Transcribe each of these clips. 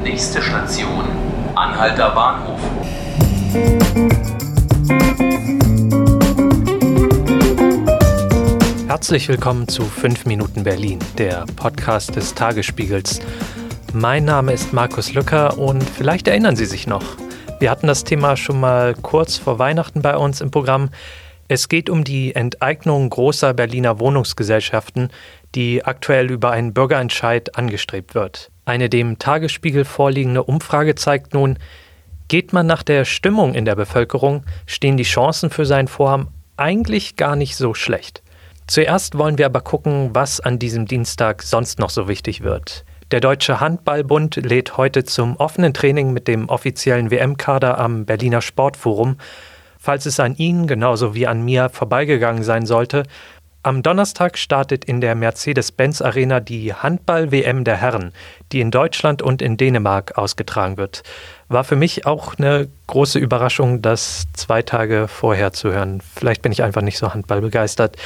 Nächste Station, Anhalter Bahnhof. Herzlich willkommen zu 5 Minuten Berlin, der Podcast des Tagesspiegels. Mein Name ist Markus Lücker und vielleicht erinnern Sie sich noch. Wir hatten das Thema schon mal kurz vor Weihnachten bei uns im Programm. Es geht um die Enteignung großer Berliner Wohnungsgesellschaften, die aktuell über einen Bürgerentscheid angestrebt wird. Eine dem Tagesspiegel vorliegende Umfrage zeigt nun, geht man nach der Stimmung in der Bevölkerung, stehen die Chancen für sein Vorhaben eigentlich gar nicht so schlecht. Zuerst wollen wir aber gucken, was an diesem Dienstag sonst noch so wichtig wird. Der Deutsche Handball-Bund lädt heute zum offenen Training mit dem offiziellen WM-Kader am Berliner Sportforum. Falls es an Ihnen genauso wie an mir vorbeigegangen sein sollte, am Donnerstag startet in der Mercedes-Benz-Arena die Handball-WM der Herren, die in Deutschland und in Dänemark ausgetragen wird. War für mich auch eine große Überraschung, das 2 Tage vorher zu hören. Vielleicht bin ich einfach nicht so handballbegeistert.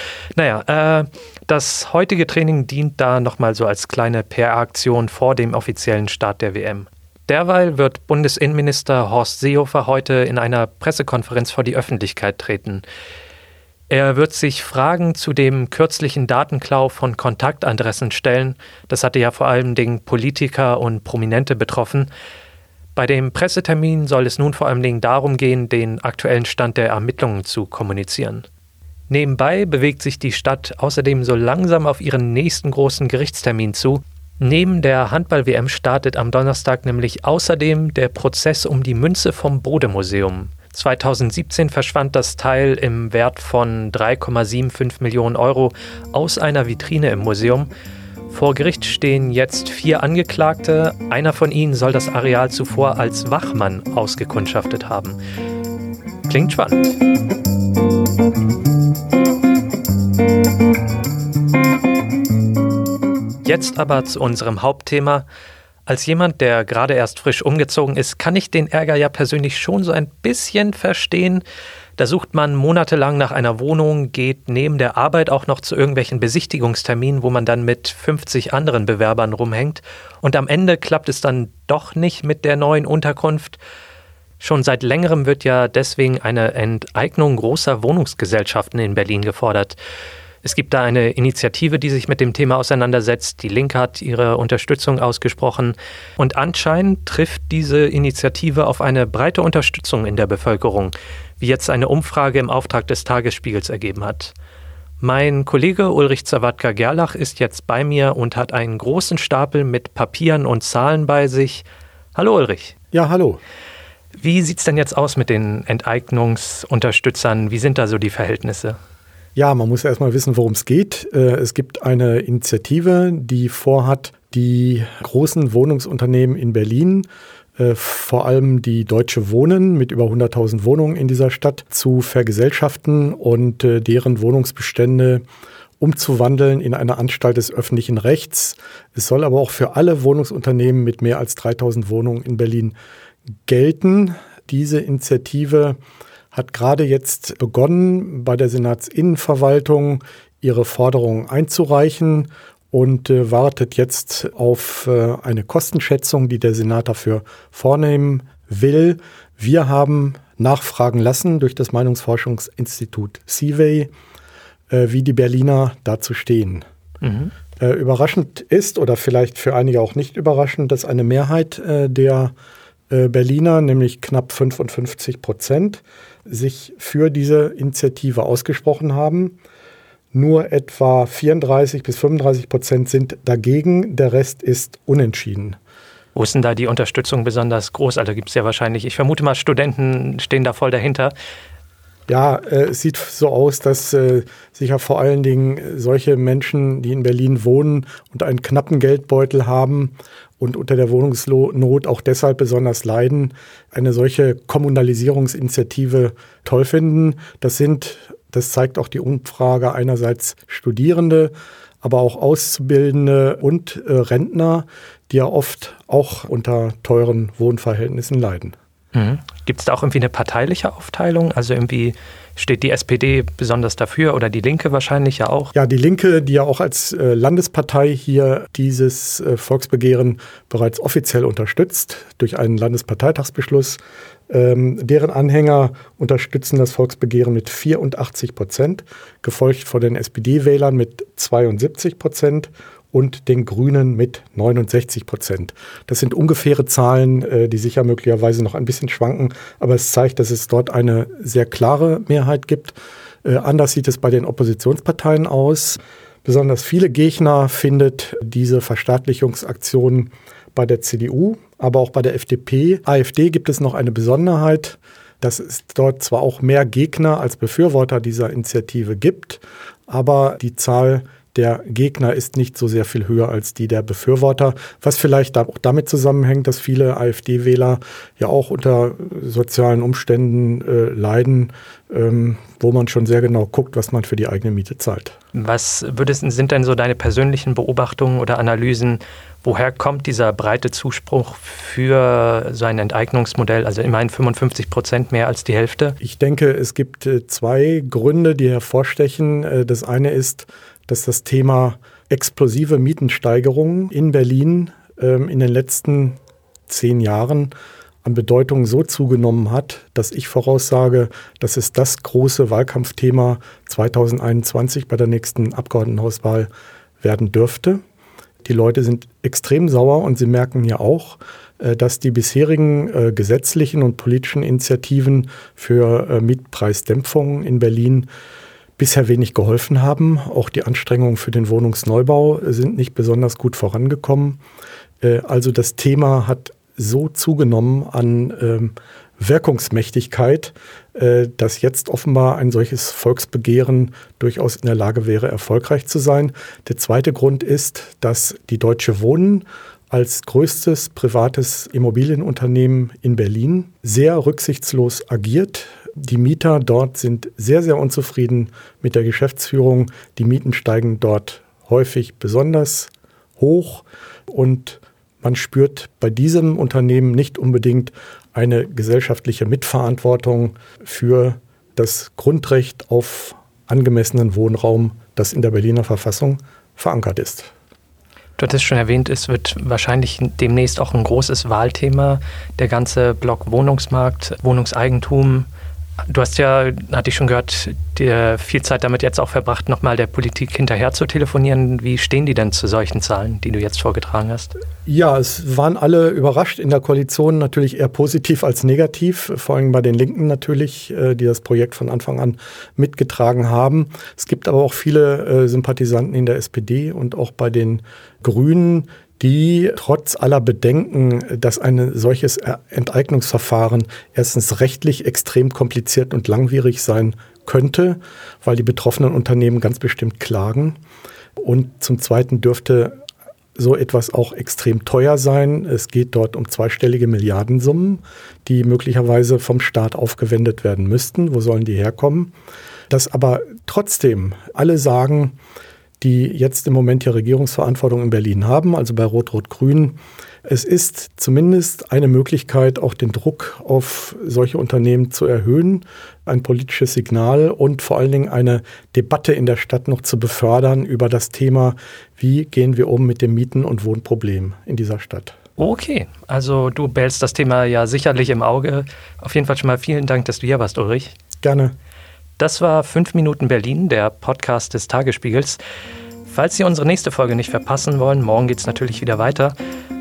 Das heutige Training dient da nochmal so als kleine PR-Aktion vor dem offiziellen Start der WM. Derweil wird Bundesinnenminister Horst Seehofer heute in einer Pressekonferenz vor die Öffentlichkeit treten. Er wird sich Fragen zu dem kürzlichen Datenklau von Kontaktadressen stellen. Das hatte ja vor allem Politiker und Prominente betroffen. Bei dem Pressetermin soll es nun vor allem darum gehen, den aktuellen Stand der Ermittlungen zu kommunizieren. Nebenbei bewegt sich die Stadt außerdem so langsam auf ihren nächsten großen Gerichtstermin zu. Neben der Handball-WM startet am Donnerstag nämlich außerdem der Prozess um die Münze vom Bode-Museum. 2017 verschwand das Teil im Wert von 3,75 Millionen Euro aus einer Vitrine im Museum. Vor Gericht stehen jetzt 4 Angeklagte. Einer von ihnen soll das Areal zuvor als Wachmann ausgekundschaftet haben. Klingt spannend. Jetzt aber zu unserem Hauptthema. Als jemand, der gerade erst frisch umgezogen ist, kann ich den Ärger ja persönlich schon so ein bisschen verstehen. Da sucht man monatelang nach einer Wohnung, geht neben der Arbeit auch noch zu irgendwelchen Besichtigungsterminen, wo man dann mit 50 anderen Bewerbern rumhängt. Und am Ende klappt es dann doch nicht mit der neuen Unterkunft. Schon seit längerem wird ja deswegen eine Enteignung großer Wohnungsgesellschaften in Berlin gefordert. Es gibt da eine Initiative, die sich mit dem Thema auseinandersetzt. Die Linke hat ihre Unterstützung ausgesprochen. Und anscheinend trifft diese Initiative auf eine breite Unterstützung in der Bevölkerung, wie jetzt eine Umfrage im Auftrag des Tagesspiegels ergeben hat. Mein Kollege Ulrich Zawadzka-Gerlach ist jetzt bei mir und hat einen großen Stapel mit Papieren und Zahlen bei sich. Hallo Ulrich. Ja, hallo. Wie sieht es denn jetzt aus mit den Enteignungsunterstützern? Wie sind da so die Verhältnisse? Ja, man muss erstmal wissen, worum es geht. Es gibt eine Initiative, die vorhat, die großen Wohnungsunternehmen in Berlin, vor allem die Deutsche Wohnen mit über 100.000 Wohnungen in dieser Stadt, zu vergesellschaften und deren Wohnungsbestände umzuwandeln in eine Anstalt des öffentlichen Rechts. Es soll aber auch für alle Wohnungsunternehmen mit mehr als 3.000 Wohnungen in Berlin gelten. Diese Initiative hat gerade jetzt begonnen, bei der Senatsinnenverwaltung ihre Forderungen einzureichen und wartet jetzt auf eine Kostenschätzung, die der Senat dafür vornehmen will. Wir haben nachfragen lassen durch das Meinungsforschungsinstitut CIVEY, wie die Berliner dazu stehen. Mhm. Überraschend ist, oder vielleicht für einige auch nicht überraschend, dass eine Mehrheit der Berliner, nämlich knapp 55%, sich für diese Initiative ausgesprochen haben. Nur etwa 34-35% sind dagegen, der Rest ist unentschieden. Wo ist denn da die Unterstützung besonders groß? Also gibt es ja wahrscheinlich, ich vermute mal, Studenten stehen da voll dahinter. Ja, es sieht so aus, dass sicher vor allen Dingen solche Menschen, die in Berlin wohnen und einen knappen Geldbeutel haben und unter der Wohnungsnot auch deshalb besonders leiden, eine solche Kommunalisierungsinitiative toll finden. Das zeigt auch die Umfrage, einerseits Studierende, aber auch Auszubildende und Rentner, die ja oft auch unter teuren Wohnverhältnissen leiden. Gibt es da auch irgendwie eine parteiliche Aufteilung? Also irgendwie steht die SPD besonders dafür oder die Linke wahrscheinlich ja auch? Ja, die Linke, die ja auch als Landespartei hier dieses Volksbegehren bereits offiziell unterstützt durch einen Landesparteitagsbeschluss. Deren Anhänger unterstützen das Volksbegehren mit 84%, gefolgt von den SPD-Wählern mit 72% und den Grünen mit 69%. Das sind ungefähre Zahlen, die sicher möglicherweise noch ein bisschen schwanken, aber es zeigt, dass es dort eine sehr klare Mehrheit gibt. Anders sieht es bei den Oppositionsparteien aus. Besonders viele Gegner findet diese Verstaatlichungsaktionen bei der CDU, aber auch bei der FDP. AfD gibt es noch eine Besonderheit, dass es dort zwar auch mehr Gegner als Befürworter dieser Initiative gibt, aber die Zahl der Gegner ist nicht so sehr viel höher als die der Befürworter, was vielleicht auch damit zusammenhängt, dass viele AfD-Wähler ja auch unter sozialen Umständen leiden, wo man schon sehr genau guckt, was man für die eigene Miete zahlt. Was sind denn so deine persönlichen Beobachtungen oder Analysen? Woher kommt dieser breite Zuspruch für so ein Enteignungsmodell, also immerhin 55% mehr als die Hälfte? Ich denke, es gibt zwei Gründe, die hervorstechen. Das eine ist, dass das Thema explosive Mietensteigerungen in Berlin in den letzten 10 Jahren an Bedeutung so zugenommen hat, dass ich voraussage, dass es das große Wahlkampfthema 2021 bei der nächsten Abgeordnetenhauswahl werden dürfte. Die Leute sind extrem sauer und sie merken ja auch, dass die bisherigen gesetzlichen und politischen Initiativen für Mietpreisdämpfung in Berlin bisher wenig geholfen haben. Auch die Anstrengungen für den Wohnungsneubau sind nicht besonders gut vorangekommen. Also das Thema hat so zugenommen an Wirkungsmächtigkeit, dass jetzt offenbar ein solches Volksbegehren durchaus in der Lage wäre, erfolgreich zu sein. Der zweite Grund ist, dass die Deutsche Wohnen als größtes privates Immobilienunternehmen in Berlin sehr rücksichtslos agiert. Die Mieter dort sind sehr, sehr unzufrieden mit der Geschäftsführung. Die Mieten steigen dort häufig besonders hoch und man spürt bei diesem Unternehmen nicht unbedingt eine gesellschaftliche Mitverantwortung für das Grundrecht auf angemessenen Wohnraum, das in der Berliner Verfassung verankert ist. Du hattest schon erwähnt, es wird wahrscheinlich demnächst auch ein großes Wahlthema, der ganze Block Wohnungsmarkt, Wohnungseigentum. Du hast ja, hatte ich schon gehört, dir viel Zeit damit jetzt auch verbracht, nochmal der Politik hinterher zu telefonieren. Wie stehen die denn zu solchen Zahlen, die du jetzt vorgetragen hast? Ja, es waren alle überrascht in der Koalition, natürlich eher positiv als negativ, vor allem bei den Linken natürlich, die das Projekt von Anfang an mitgetragen haben. Es gibt aber auch viele Sympathisanten in der SPD und auch bei den Grünen, die trotz aller Bedenken, dass ein solches Enteignungsverfahren erstens rechtlich extrem kompliziert und langwierig sein könnte, weil die betroffenen Unternehmen ganz bestimmt klagen. Und zum Zweiten dürfte so etwas auch extrem teuer sein. Es geht dort um zweistellige Milliardensummen, die möglicherweise vom Staat aufgewendet werden müssten. Wo sollen die herkommen? Dass aber trotzdem alle sagen, die jetzt im Moment ja Regierungsverantwortung in Berlin haben, also bei Rot-Rot-Grün. Es ist zumindest eine Möglichkeit, auch den Druck auf solche Unternehmen zu erhöhen, ein politisches Signal und vor allen Dingen eine Debatte in der Stadt noch zu befördern über das Thema, wie gehen wir um mit dem Mieten- und Wohnproblem in dieser Stadt. Okay, also du behältst das Thema ja sicherlich im Auge. Auf jeden Fall schon mal vielen Dank, dass du hier warst, Ulrich. Gerne. Das war 5 Minuten Berlin, der Podcast des Tagesspiegels. Falls Sie unsere nächste Folge nicht verpassen wollen, morgen geht es natürlich wieder weiter.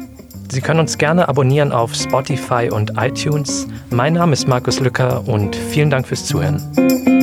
Sie können uns gerne abonnieren auf Spotify und iTunes. Mein Name ist Markus Lücker und vielen Dank fürs Zuhören.